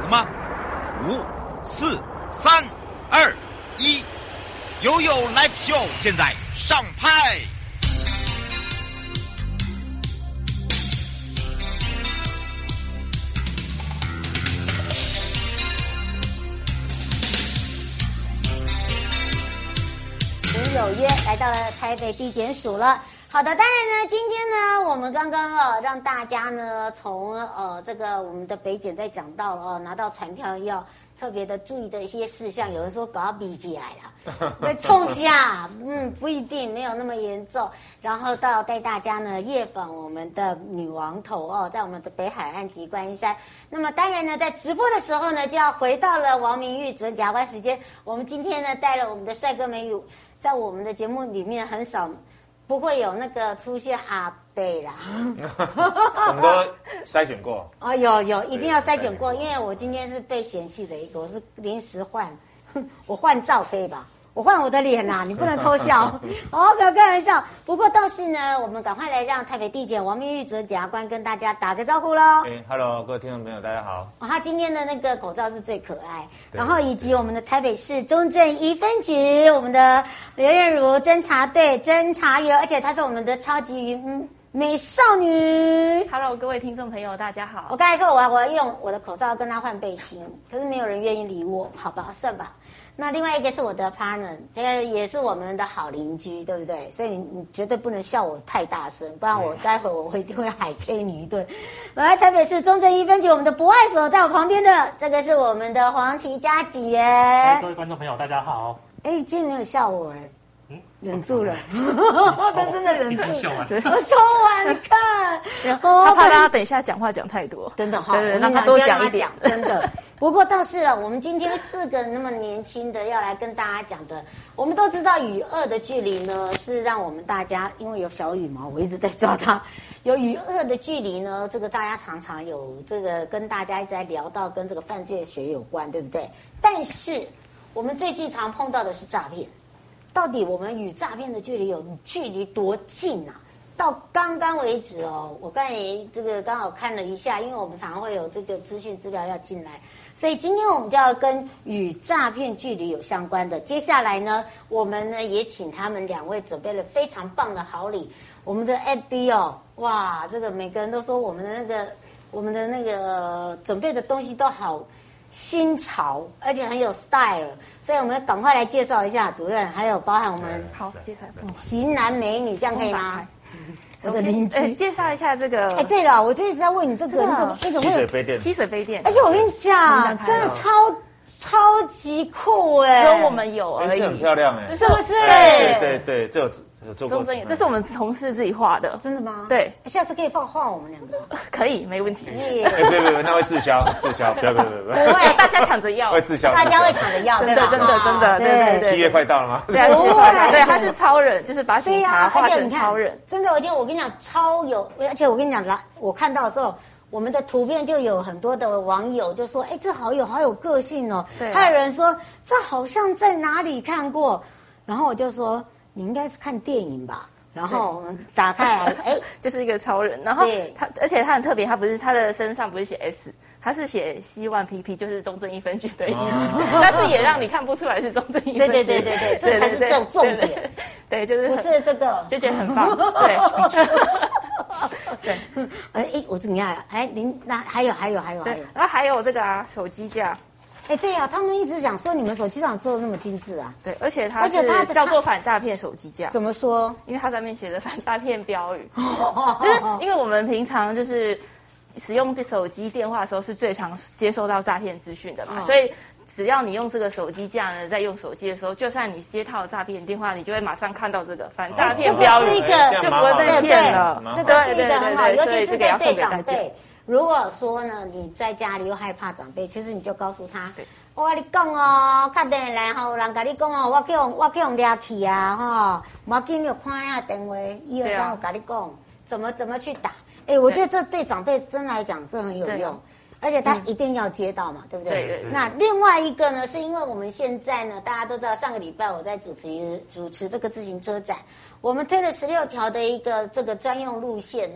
了吗？5、4、3、2、1，悠悠 Live Show 现在上拍。 有约来到了台北地检署了。好的，当然呢，今天呢，我们刚刚让大家呢从这个我们的北检在讲到拿到传票要特别的注意的一些事项，有人说搞到比起来了，被冲下，不一定没有那么严重。然后带大家呢夜访我们的女王头在我们的北海岸及观音山。那么当然呢，在直播的时候呢，就要回到了王明玉主任检察官时间。我们今天呢带了我们的帅哥美女。在我们的节目里面很少不会有那个出现阿贝啦， 我们都筛选过有一定要筛选过，因为我今天是被嫌弃的一个，我是临时换，我换照可以吧？我换我的脸啦，你不能偷笑。开玩笑。不过倒是呢，我们赶快来让台北地检王明玉主任检察官跟大家打个招呼喽。 Hello， 各位听众朋友，大家好。 他今天的那个口罩是最可爱，然后以及我们的台北市中正1分局我们的刘艳茹侦查队侦查员，而且她是我们的超级美少女。 Hello， 各位听众朋友，大家好。 我刚才说我要用我的口罩跟她换背心，可是没有人愿意理我，好吧，算吧。那另外一个是我的 partner， 这个也是我们的好邻居，对不对？所以你绝对不能笑我太大声，不然我待会我一定会海 K 你一顿。来，台北市中正1分局我们的博爱所在我旁边的这个是我们的黄琦佳警员。 各位观众朋友，大家好。 今天没有笑我忍住了，他真的忍住了。我说完，你看， 然后他怕他等一下讲话讲太多， 真的好， 对，让他多讲一点， 真的。不过倒是我们今天4个那么年轻的要来跟大家讲的，我们都知道与恶的距离呢，是让我们大家因为有小羽毛，我一直在抓它，有与恶的距离呢，这个大家常常有这个跟大家一直在聊到跟这个犯罪学有关，对不对？但是我们最近常碰到的是诈骗。到底我们与诈骗的距离多近啊？到刚刚为止我刚才这个刚好看了一下，因为我们常常会有这个资讯资料要进来，所以今天我们就要跟与诈骗距离有相关的。接下来呢，我们呢也请他们2位准备了非常棒的好礼。我们的 FB 哇，这个每个人都说我们的那个准备的东西都好新潮，而且很有 style。所以我们赶快来介绍一下主任，还有包含我们好介绍型男美女，这样可以吗？我的邻居介绍一下这个。 对了，我就一直在问你这个，你怎么七水飞店？ 七水飞店， 而且我跟你讲，真的超级酷只有我们有而已。 这很漂亮是不是？ 对，这有做过。 这是我们同事自己画的， 真的吗？ 对， 下次可以画我们2个。 可以，没问题。 别，那会滞销，不要， 不会， 大家抢着要， 会滞销， 大家会抢着要， 真的，对。 7月快到了吗？ 对，他是超人，就是把警察画成超人。 真的，我跟你讲超有，而且我跟你讲我看到的时候。我们的图片就有很多的网友就说，这好有个性哦。 对， 还有人说这好像在哪里看过，然后我就说你应该是看电影吧。然后我们打开来， 就是一个超人。然后而且他很特别，他的身上不是写 S， 他是写希望 PP， 就是中正1分局的意思。但是也让你看不出来是中正1分局。 对，这才是重点。 对，就是不是这个， 就觉得很棒。对。 我怎么样？那还有。 然后还有这个手机架。 对啊，他们一直讲说你们手机上做的那么精致啊。 对，而且它叫做反诈骗手机架。 怎么说？ 因为它上面写的反诈骗标语，就是因为我们平常就是使用手机电话的时候是最常接收到诈骗资讯的嘛，所以只要你用这个手机架呢，在用手机的时候，就算你接到诈骗电话，你就会马上看到这个反诈骗标语，就不会被骗了。 这个是一个很好，尤其是在对长辈。如果说呢，你在家里又害怕长辈，其实你就告诉他，我跟你讲打电话来人跟你讲我去用抓去啊不要紧，你有看一下电话123，我跟你讲怎么去打。我觉得这对长辈真来讲是很有用，而且他一定要接到嘛，对不对？对。那另外一个呢，是因为我们现在呢，大家都知道，上个礼拜我在主持这个自行车展，我们推了16条的一个这个专用路线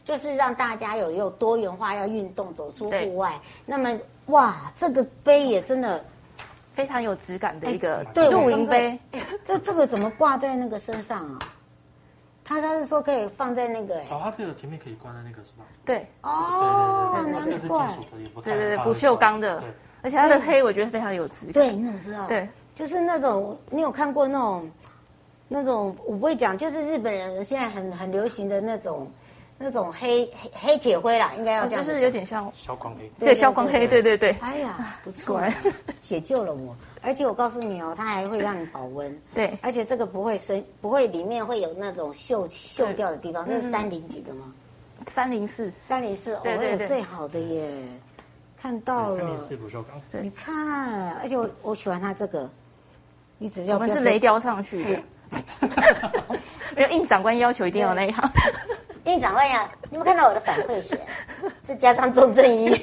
就是让大家有多元化，要运动，走出户外。那么哇，这个杯也真的非常有质感的一个对露营杯。 这个怎么挂在那个身上啊？他是说可以放在那个它这个前面可以挂在那个是吧？ 对， 哦， 这个是金属难怪。 的，也不太对，不锈钢的，而且它的黑我觉得非常有质感。 对，你怎么知道？ 对， 就是那种你有看过那种我不会讲，就是日本人现在很流行的那种黑铁灰啦，应该要这样就是有点像消光黑。 对，消光黑，对。 哎呀，不错果然， 解救了我。而且我告诉你哦，它还会让你保温。 对， 而且这个不会里面会有那种锈掉的地方。这是30几的吗 304， ？304， 对， 最好的耶，看到了。 304不锈钢。 你看，而且我喜欢它这个，你只要我们是雷雕上去的。没有，应长官要求一定要那样。 应长官呀，你有没有看到我的反馈写？是加上钟正一，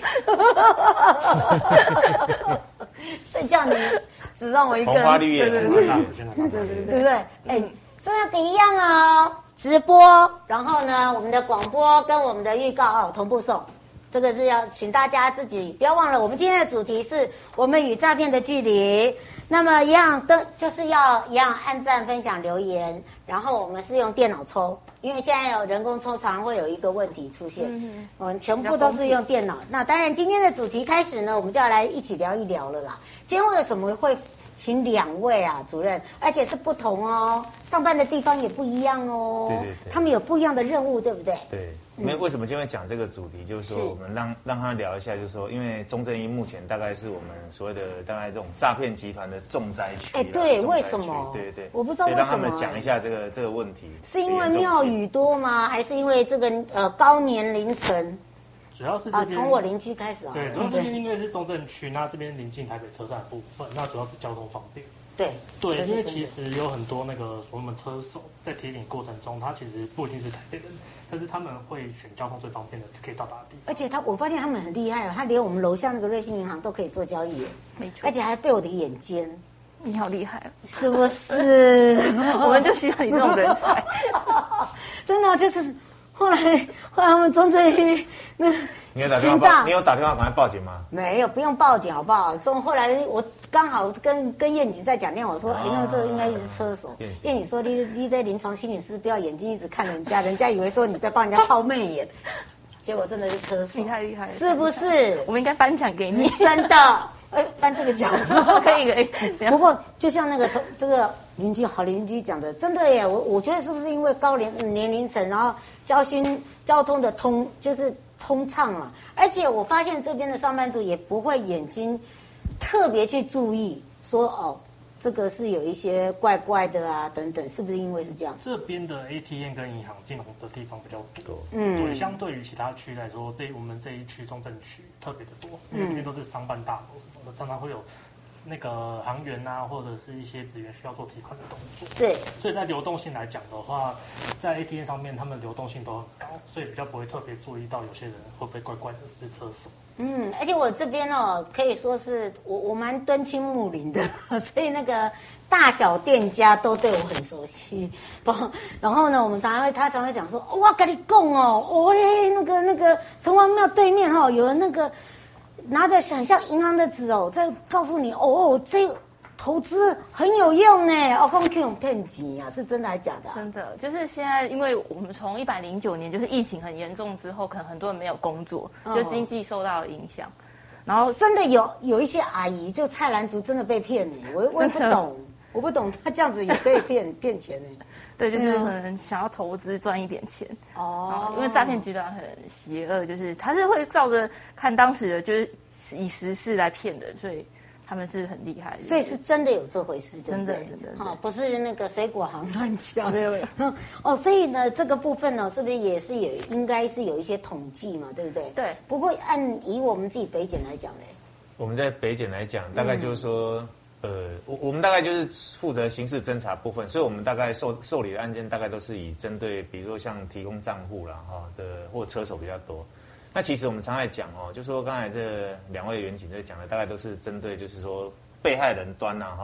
睡觉你只让我一个红花绿叶， 对， 对不对？哎，这个一样哦，直播，然后呢，我们的广播跟我们的预告同步送。这个是要请大家自己不要忘了，我们今天的主题是我们与诈骗的距离。那么一样就是要一样按赞、分享、留言，然后我们是用电脑抽，因为现在有人工抽，常会有一个问题出现，我们全部都是用电脑。那当然，今天的主题开始呢，我们就要来一起聊一聊了啦。今天为什么会请2位啊，主任，而且是不同哦，上班的地方也不一样哦， 对， 他们有不一样的任务，对不对？ 对。为什么今天讲这个主题？就是说，我们让他聊一下，就是说，因为钟正一目前大概是我们所谓的大概这种诈骗集团的重灾区。 哎，对，为什么？ 对， 我不知道为什么。 所以让他们讲一下这个问题。 是因为庙宇多吗？还是因为这个高年龄层？ 主要是从我邻居开始啊。 对，主要是因为是中正区，那这边临近台北车站部分，那主要是交通方便。 对， 因为其实有很多那个我们车手在提领过程中，他其实不一定是台北人，但是他们会选交通最方便的可以到达的地方。 而且我发现他们很厉害哦，他连我们楼下那个瑞信银行都可以做交易， 没错， 而且还被我的眼尖。 你好厉害， 是不是？ 我们就需要你这种人才。 真的就是后来他们中正一那你有打电话？你有打电话赶快报警吗？ 没有，不用报警好不好？后来我刚好跟燕女在讲电话，我说那这应该是车手。燕女说你在临床心理师，不要眼睛一直看人家，人家以为说你在帮人家抛媚眼，结果真的是车手。 你太厉害了， 是不是？ 我们应该颁奖给你， 真的。颁这个奖可以。 不过就像那个这个好邻居讲的，真的耶，我觉得是不是因为高年龄层，然后交通的通畅啊，而且我发现这边的上班族也不会眼睛特别去注意说这个是有一些怪怪的啊等等，是不是因为是这样？ 这边的 ATM 跟银行金融的地方比较多，对，相对于其他区来说，我们这一区中正区特别的多，因为这边都是商办大楼什么的，常常会有那个行员啊，或者是一些职员需要做提款的动作。 对， 所以在流动性来讲的话，在 ATM 上面，他们流动性都很高，所以比较不会特别注意到有些人会不会怪怪的是车手。 而且我这边可以说是我蛮敦亲睦邻的，所以那个大小店家都对我很熟悉。然后呢，他常会讲说，我跟你讲那个城隍庙对面有人那个拿着很像银行的纸在告诉你这个投资很有用呢。讲这种骗钱啊，是真的还是假的？ 真的，就是现在，因为我们从109年就是疫情很严重之后，可能很多人没有工作，就经济受到了影响。然后真的有一些阿姨，就菜篮族真的被骗呢。我也不懂，我不懂他这样子也被骗钱呢。 对，就是可能想要投资赚一点钱因为诈骗集团很邪恶，就是他是会照着看当时的，就是以时事来骗人，所以他们是很厉害的。 所以是真的有这回事， 真的不是那个水果行乱讲。 没有所以呢，这个部分呢，是不是也是应该是有一些统计嘛，对不对？ 对。 不过以我们自己北检来讲呢， 我们在北检来讲，大概就是说。我们大概就是负责刑事侦查部分，所以我们大概受理的案件大概都是以针对，比如说像提供账户啦或车手比较多。那其实我们常在讲就说刚才这2位员警在讲的，大概都是针对就是说被害人端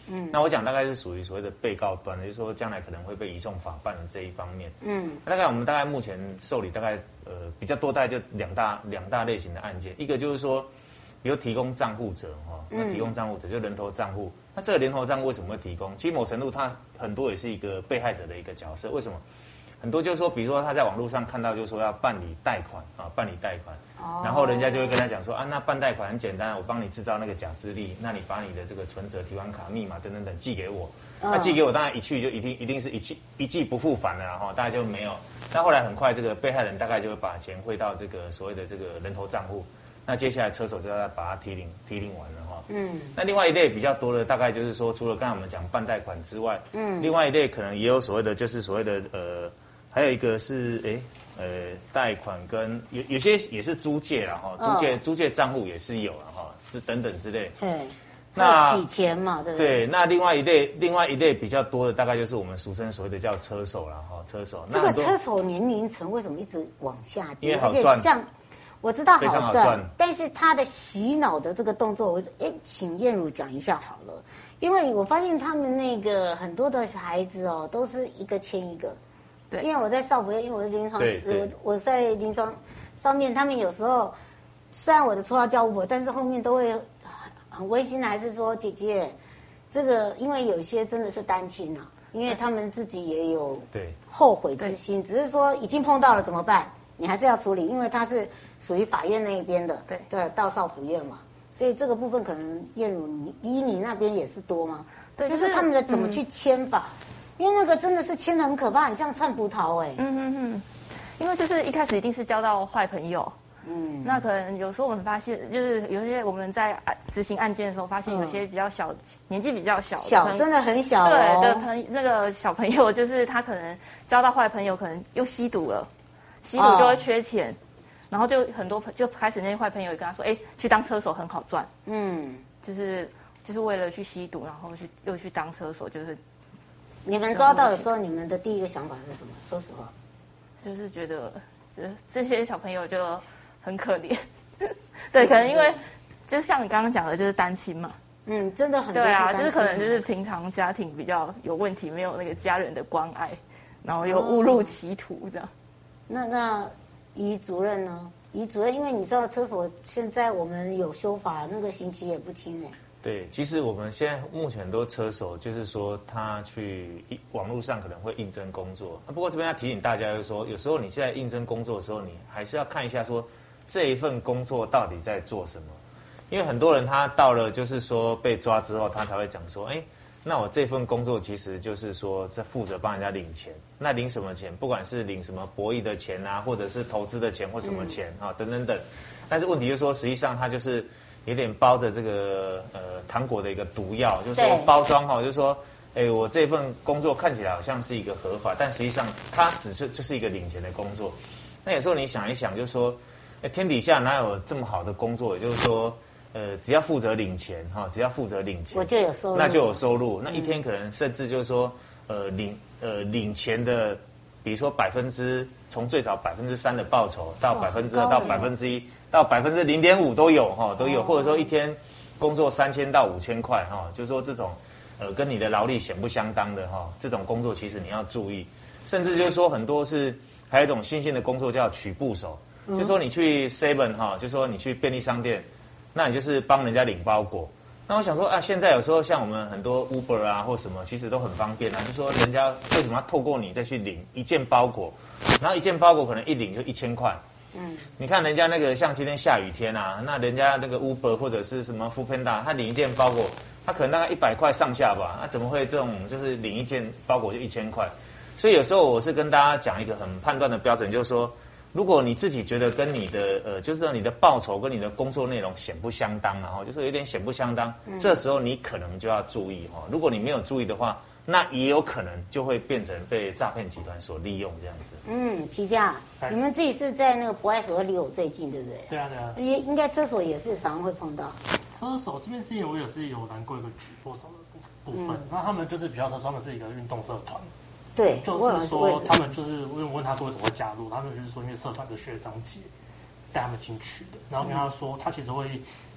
那我讲大概是属于所谓的被告端，就是说将来可能会被移送法办的这一方面。大概我们目前受理大概比较多，大概就两大类型的案件，一个就是说，比如提供账户者那提供账户者就人头账户，那这个人头账户为什么会提供？其实某程度它很多也是一个被害者的一个角色，为什么？很多就是说，比如说他在网络上看到，就是说要办理贷款办理贷款，然后人家就会跟他讲说那办贷款很简单，我帮你制造那个假资历，那你把你的这个存折、提款卡、密码等等寄给我，那寄给我当然一去就一定是一寄不复返了大家就没有。但后来很快这个被害人大概就会把钱汇到这个所谓的这个人头账户，那接下来车手就要把它提领完了那另外一类比较多的大概就是说，除了刚才我们讲办贷款之外，另外一类可能也有所谓的就是所谓的还有一个是贷款跟有些也是租借啦租借账户也是有是等等之类。 那洗钱嘛，对不对？ 对，那另外一类比较多的大概就是我们俗称所谓的叫车手啦车手。 这个车手年龄层为什么一直往下跌？ 因为好赚， 这样我知道好赚， 但是他的洗脑的这个动作，请燕如讲一下好了，因为我发现他们那个很多的孩子都是一个签一个。对，因为我在少辅院，因为我是临床，我在临床上面，他们有时候虽然我的绰号叫巫婆，但是后面都会很温馨的，还是说姐姐，这个因为有些真的是单亲因为他们自己也有后悔之心，只是说已经碰到了怎么办？你还是要处理，因为他是属于法院那一边的，对，到少辅院嘛，所以这个部分可能燕如你那边也是多吗？对，就是他们的怎么去签法。因为那个真的是签得很可怕，很像串葡萄因为就是一开始一定是交到坏朋友，那可能有时候我们发现，就是有些我们在执行案件的时候，发现有些比较小，年纪比较小， 真的很小对那个小朋友，就是他可能交到坏朋友，可能又吸毒了，吸毒就会缺钱，然后就很多就开始那些坏朋友也跟他说，去当车手很好赚，就是为了去吸毒，然后又去当车手，就是。 你们抓到的时候，你们的第一个想法是什么？说实话， 就是觉得这些小朋友就很可怜，对，可能因为就像你刚刚讲的，就是单亲嘛， 真的很多对啊，就是可能就是平常家庭比较有问题，没有那个家人的关爱，然后又误入歧途这样。 那于主任呢？于主任，因为你知道车手现在我们有修法，那个刑期也不轻对，其实我们现在目前很多车手，就是说他去网络上可能会应征工作。不过这边要提醒大家，就是说有时候你现在应征工作的时候，你还是要看一下说这一份工作到底在做什么。因为很多人他到了就是说被抓之后，他才会讲说，那我这份工作其实就是说在负责帮人家领钱。那领什么钱？不管是领什么博弈的钱或者是投资的钱或什么钱等等等。但是问题就是说，实际上他就是有点包着这个糖果的一个毒药，就是说包装就是说，我这份工作看起来好像是一个合法，但实际上它就是一个领钱的工作。那有时候你想一想，就是说，天底下哪有这么好的工作？也就是说，只要负责领钱只要负责领钱， 我就有收入， 那就有收入。那一天可能甚至就是说，领钱的，比如说从最早3%的报酬到2%到1%。到0.5%都有或者说一天工作3000到5000块就是说这种跟你的劳力显不相当的这种工作，其实你要注意。甚至就是说很多是还有一种新兴的工作叫取部手，就是说你去 Seven 就是说你去便利商店，那你就是帮人家领包裹。那我想说现在有时候像我们很多 Uber 或什么，其实都很方便就说人家为什么要透过你再去领一件包裹，然后一件包裹可能一领就1000块。你看人家那个像今天下雨天那人家那个 Uber 或者是什么 Foodpanda， 他领一件包裹，他可能大概100块上下吧，那怎么会这种就是领一件包裹就1000块？所以有时候我是跟大家讲一个很判断的标准，就是说，如果你自己觉得跟你的就是说你的报酬跟你的工作内容显不相当就是有点显不相当，这时候你可能就要注意如果你没有注意的话，那也有可能就会变成被诈骗集团所利用这样子。 齐家，你们自己是在那个博爱所离我最近，对不对？ 对啊。 应该车手也是常常会碰到。 车手这边是因为我也是有拦过一个举多少的部分，那他们就是比较特殊，他们是一个运动社团。 对， 就是说他们就是我问他说为什么会加入，他们就是说因为社团的学长姐带他们进去的，然后跟他说他其实会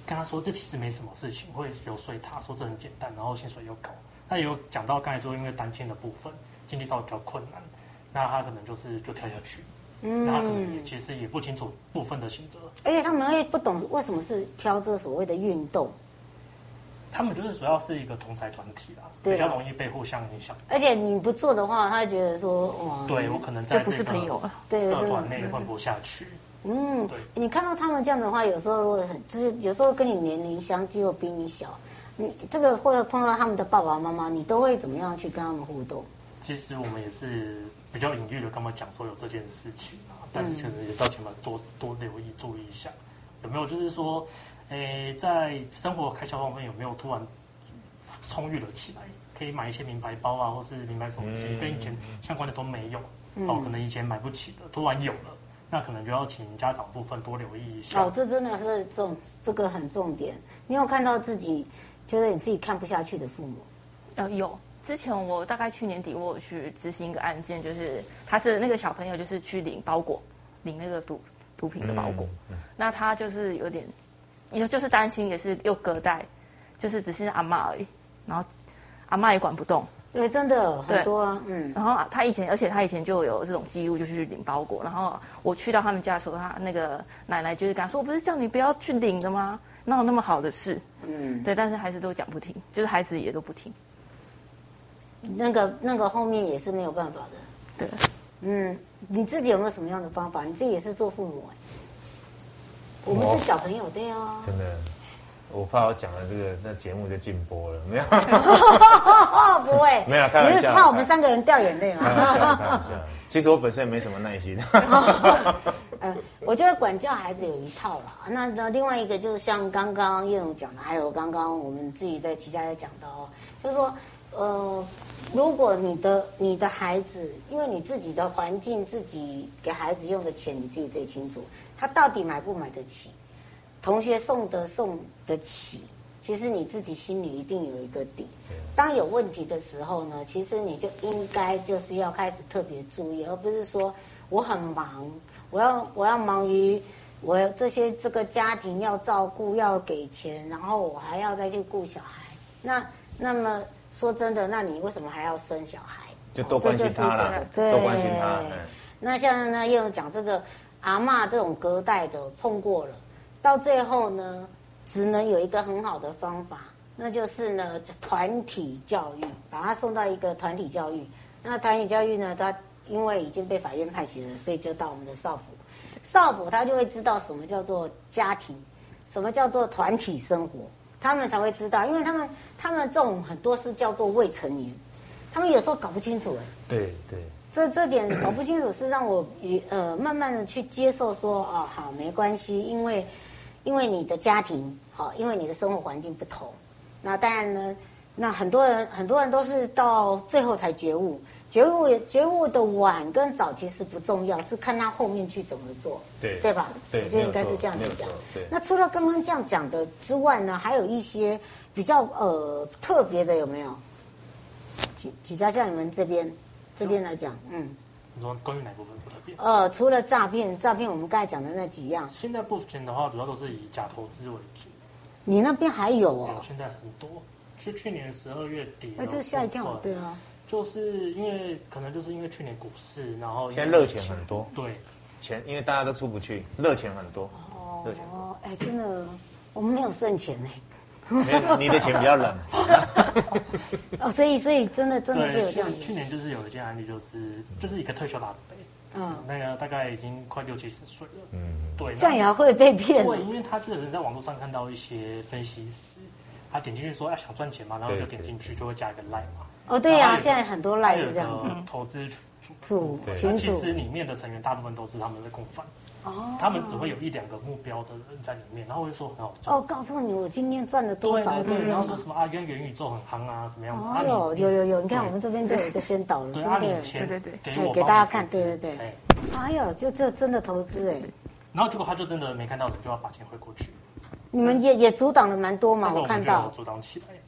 跟他说这其实没什么事情，会游说他说这很简单，然后薪水又高。他也有讲到刚才说因为单亲的部分经济稍微比较困难，那他可能就跳下去。那他可能其实也不清楚部分的刑责， 而且他们会不懂为什么是挑这所谓的运动。 他们就是主要是一个同才团体啦，比较容易被互相影响。 而且你不做的话，他会觉得说哇， 对我可能在就不是朋友了， 社团内混不下去。 对，你看到他们这样的话，有时候如果就是有时候跟你年龄相近或比你小，你这个或者碰到他们的爸爸妈妈，你都会怎么样去跟他们互动？ 其实我们也是比较隐喻的跟他们讲说有这件事情啊，但是其实也是要请他们多留意注意一下，有没有就是说。在生活开销方面有没有突然充裕了起来？可以买一些名牌包啊，或是名牌手机，跟以前相关的都没有。可能以前买不起的，突然有了，那可能就要请家长部分多留意一下。 这真的是这个很重点。你有看到自己觉得你自己看不下去的父母？ 有。之前我大概去年底我有去执行一个案件，就是他是那个小朋友就是去领包裹，领那个毒品的包裹，那他就是有点。就是担心，也是又隔代，就是只是阿嬷而已，然后阿嬷也管不动。 对，真的很多啊， 然后他以前就有这种记录，就是去领包裹。然后我去到他们家的时候，他那个奶奶就是跟他说：“我不是叫你不要去领的吗？哪有那么好的事？”对，但是孩子都讲不听，就是孩子也都不听。 那个后面也是没有办法的。 对， 你自己有没有什么样的方法？你自己也是做父母我们是小朋友对啊， 真的，我怕我讲了这个，那节目就禁播了，没有？ 不会， 没有，开玩笑。 你是怕我们3个人掉眼泪吗？ 开玩笑。其实我本身也没什么耐心。 我觉得管教孩子有一套啦。那另外一个就是像刚刚叶总讲的，还有刚刚我们自己在旗下在讲到就是说，如果你的孩子，因为你自己的环境，自己给孩子用的钱，你自己最清楚。他到底买不买得起？同学送得起？其实你自己心里一定有一个底。当有问题的时候呢，其实你就应该就是要开始特别注意，而不是说我很忙，我要忙于我这个家庭要照顾，要给钱，然后我还要再去顾小孩。那么说真的，那你为什么还要生小孩？ 就多关心他啦，多关心他。 那像呢，叶总讲这个。阿嬷这种隔代的碰过了，到最后呢，只能有一个很好的方法，那就是呢团体教育，把他送到一个团体教育。那团体教育呢，他因为已经被法院判刑了，所以就到我们的少辅。少辅他就会知道什么叫做家庭，什么叫做团体生活，他们才会知道，因为他们这种很多是叫做未成年，他们有时候搞不清楚对。 这点搞不清楚是让我慢慢的去接受说好没关系，因为你的家庭因为你的生活环境不同，那当然呢，那很多人都是到最后才觉悟的晚跟早其实不重要，是看他后面去怎么做，对吧？ 对， 我觉得应该是这样子讲。 对。 那除了刚刚这样讲的之外呢，还有一些比较特别的有没有？几家像你们这边来讲， 你说关于哪部分不特别？ 除了诈骗我们刚才讲的那几样， 现在目前的话，主要都是以假投资为主。 你那边还有有，现在很多。去年12月底， 这吓一跳，对啊， 就是因为去年股市，然后现在热钱很多， 对， 钱因为大家都出不去，热钱很多， 真的，我们没有剩钱你的钱比较冷。 所以真的是有这样。 去年就是有一件案例，就是一个退休的阿伯，那个大概已经快60-70岁了，对， 这样也会被骗。 对，因为他就是在网络上看到一些分析师，他点进去说想赚钱嘛，然后就点进去就会加一个 LINE 嘛。 对呀，现在很多 LINE 是这样子。 投资群其实里面的成员大部分都是他们的共犯。他们只会有1-2个目标的人在里面，然后会说很好赚。 告诉你我今天赚了多少， 对，然后说什么元宇宙很夯啊，怎么样？ 有，你看我们这边就有一个宣导了， 对， 给大家看，对。就真的投资然后结果他就真的没看到人，就要把钱汇过去。 你们也阻挡了蛮多嘛，我看到阻挡起来。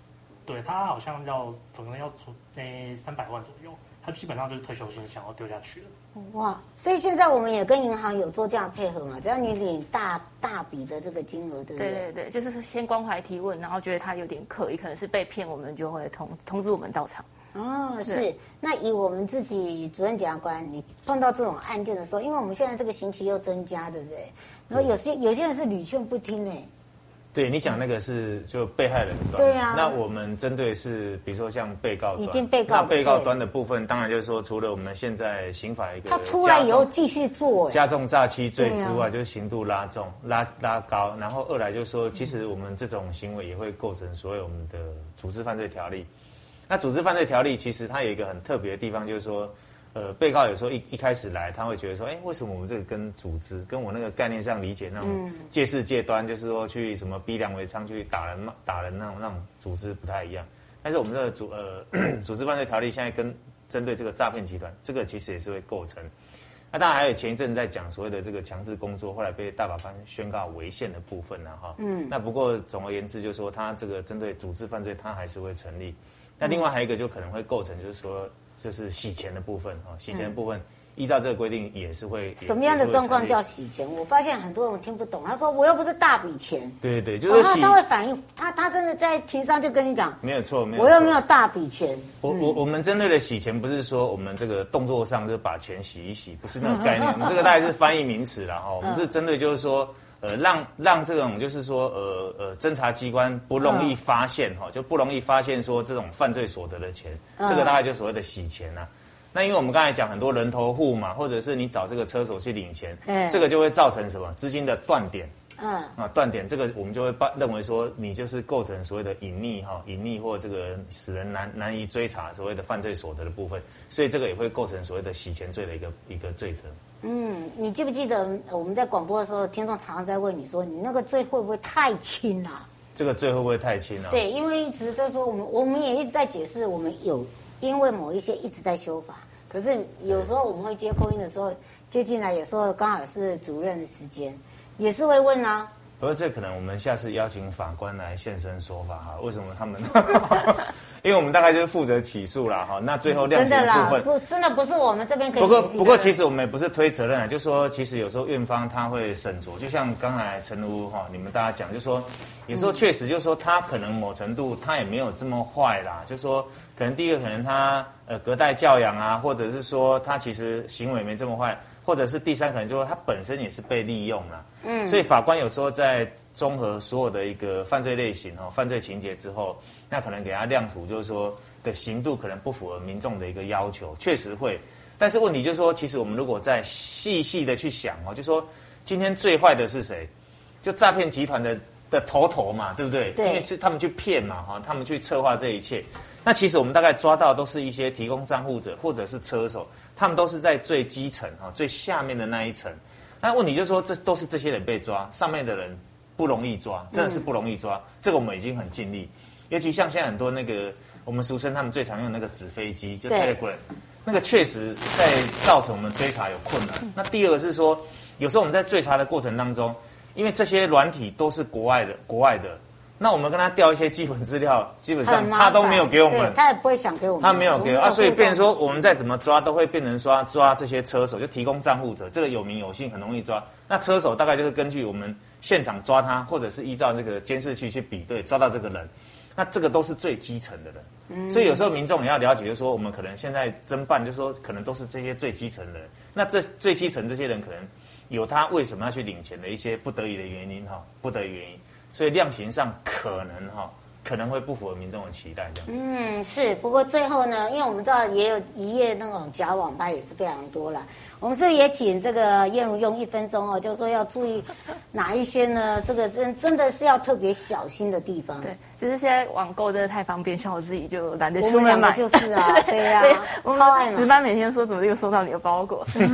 对他好像可能要出300万左右，他基本上就是退休金想要丢下去了。 哇，所以现在我们也跟银行有做这样配合嘛，只要你领大笔的这个金额，对不对？ 对对对，就是先关怀提问，然后觉得他有点可疑，可能是被骗，我们就会通知我们到场。 哦，是。那以我们自己主任检察官，你碰到这种案件的时候，因为我们现在这个刑期又增加，对不对？然后有些人是屡劝不听哎。 对你讲那个是就被害人端， 对啊。 那我们针对是比如说像被告端， 已经被告， 那被告端的部分，当然就是说，除了我们现在刑法一个他出来以后继续做加重诈欺罪之外，就是刑度拉重拉高，然后二来就是说，其实我们这种行为也会构成所谓我们的组织犯罪条例。那组织犯罪条例其实它有一个很特别的地方，就是说。被告有时候一开始来，他会觉得说，为什么我们这个跟组织，跟我那个概念上理解那种借势借端，就是说去什么逼良为娼，去打人那种组织不太一样。但是我们这个组织犯罪条例现在针对这个诈骗集团，这个其实也是会构成。那当然还有前一阵在讲所谓的这个强制工作，后来被大法官宣告违宪的部分哈。那不过总而言之，就是说它这个针对组织犯罪，它还是会成立。那另外还有一个就可能会构成，就是说。就是洗钱的部分啊，洗钱的部分依照这个规定也是会。 什么样的状况叫洗钱？我发现很多人听不懂。他说我又不是大笔钱。 对对，就是他会反映，他真的在庭上就跟你讲， 没有错， 我又没有大笔钱。 我们针对的洗钱不是说我们这个动作上就把钱洗一洗，不是那个概念。我们这个大概是翻译名词啦哈，我们是针对就是说。让这种就是说侦查机关不容易发现哈，就不容易发现说这种犯罪所得的钱，这个大概就所谓的洗钱啊。那因为我们刚才讲很多人头户嘛，或者是你找这个车手去领钱，这个就会造成什么资金的断点。断点，这个我们就会认为说你就是构成所谓的隐匿或这个使人难以追查所谓的犯罪所得的部分，所以这个也会构成所谓的洗钱罪的一个罪责。 你记不记得我们在广播的时候，听众常常在问你说，你那个罪会不会太轻了？ 这个罪会不会太轻了？ 对，因为一直就说我们也一直在解释，我们有因为某一些一直在修法，可是有时候我们会接扣音的时候接进来，有时候刚好是主任的时间。也是会问啊， 不过这可能我们下次邀请法官来现身说法哈，为什么他们？因为我们大概就是负责起诉啦哈，那最后量刑的部分， 真的不是我们这边可以。 不过其实我们也不是推责任啊，就说其实有时候院方他会审酌，就像刚才陈如你们大家讲，就说有时候确实就是说他可能某程度他也没有这么坏啦，就说可能第一个可能他隔代教养啊，或者是说他其实行为没这么坏。或者是第三，可能就是说他本身也是被利用了，所以法官有时候在综合所有的一个犯罪类型犯罪情节之后，那可能给他量处，就是说的刑度可能不符合民众的一个要求，确实会。但是问题就是说，其实我们如果再细细的去想就说今天最坏的是谁？就诈骗集团的头嘛，对不对？ 对， 因为是他们去骗嘛，他们去策划这一切。那其实我们大概抓到都是一些提供账户者或者是车手，他们都是在最基层最下面的那一层。那问题就是说，这都是这些人被抓，上面的人不容易抓，真的是不容易抓。这个我们已经很尽力，尤其像现在很多那个我们俗称他们最常用的那个纸飞机，就 Telegram， 那个确实在造成我们追查有困难。那第二个是说，有时候我们在追查的过程当中，因为这些软体都是国外的。那我们跟他调一些基本资料，基本上他都没有给我们， 他也不会想给我们， 他没有给所以变成说我们再怎么抓，都会变成抓这些车手，就提供账户者，这个有名有姓，很容易抓。那车手大概就是根据我们现场抓他，或者是依照这个监视器去比对，抓到这个人。那这个都是最基层的人，所以有时候民众也要了解，就是说我们可能现在侦办，就是说可能都是这些最基层的人。那这最基层这些人可能有他为什么要去领钱的一些不得已的原因不得已原因。所以量刑上可能会不符合民众的期待这样子。 是。不过最后呢，因为我们知道也有一夜那种假网拍也是非常多了。我们是不是也请这个燕如用1分钟就是说要注意哪一些呢？这个真的是要特别小心的地方。 对，就是现在网购真的太方便，像我自己就懒得出门买。 就是啊，对呀， 超爱买。值班每天说怎么又收到你的包裹，就是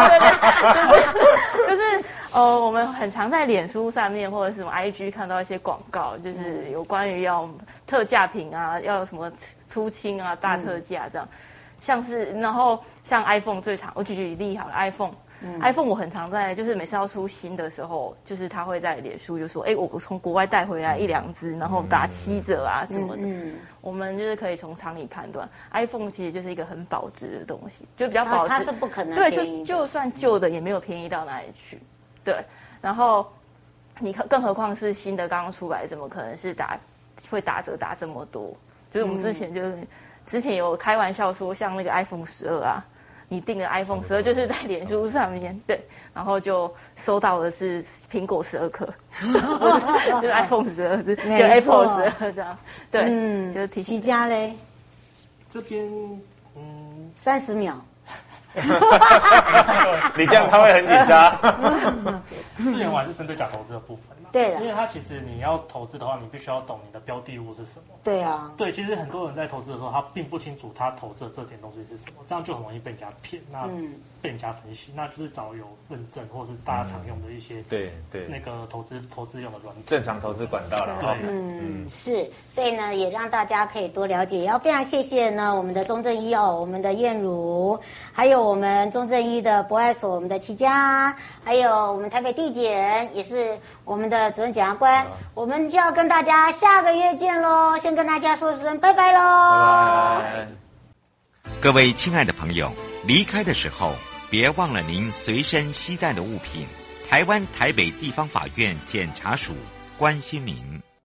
我们很常在脸书上面或者是什么 IG 看到一些广告，就是有关于要特价品啊，要什么出清啊、大特价这样。然后像 iPhone 最常，我举例好了 ，iPhone iPhone 我很常在，就是每次要出新的时候，就是他会在脸书就说，我从国外带回来1-2只，然后打7折啊什么的。我们就是可以从常理判断 ，iPhone 其实就是一个很保值的东西，就比较保值。 它是不可能对，就算旧的也没有便宜到哪里去。对，然后你更何况是新的刚刚出来，怎么可能是会打折打这么多？就是我们之前有开玩笑说，像那个 iPhone 12啊。你订的 iPhone 12就是在脸书上面，对，然后就收到的是苹果12颗，不是，就是 iPhone 12，就 Apple 12这样，对，就是提醒。 齐家嘞， 这边 30秒。 你这样他会很紧张。 之前我还是针对假投资的部分啦。 对了， 因为它其实你要投资的话，你必须要懂你的标的物是什么。 对啊。 对，其实很多人在投资的时候，他并不清楚他投资的这点东西是什么，这样就很容易被人家骗。那被人家分析，那就是找有认证或是大家常用的一些对那个投资用的软件， 正常投资管道了。 对， 是，所以呢，也让大家可以多了解。也要非常谢谢呢我们的中正一我们的燕如，还有我们中正一的博爱所我们的齐家，还有我们台北地检也是我们的主任检察官。我们就要跟大家下个月见喽，先跟大家说声拜拜喽。 拜拜。 各位亲爱的朋友，离开的时候别忘了您随身携带的物品。台湾台北地方法院检察署关心您。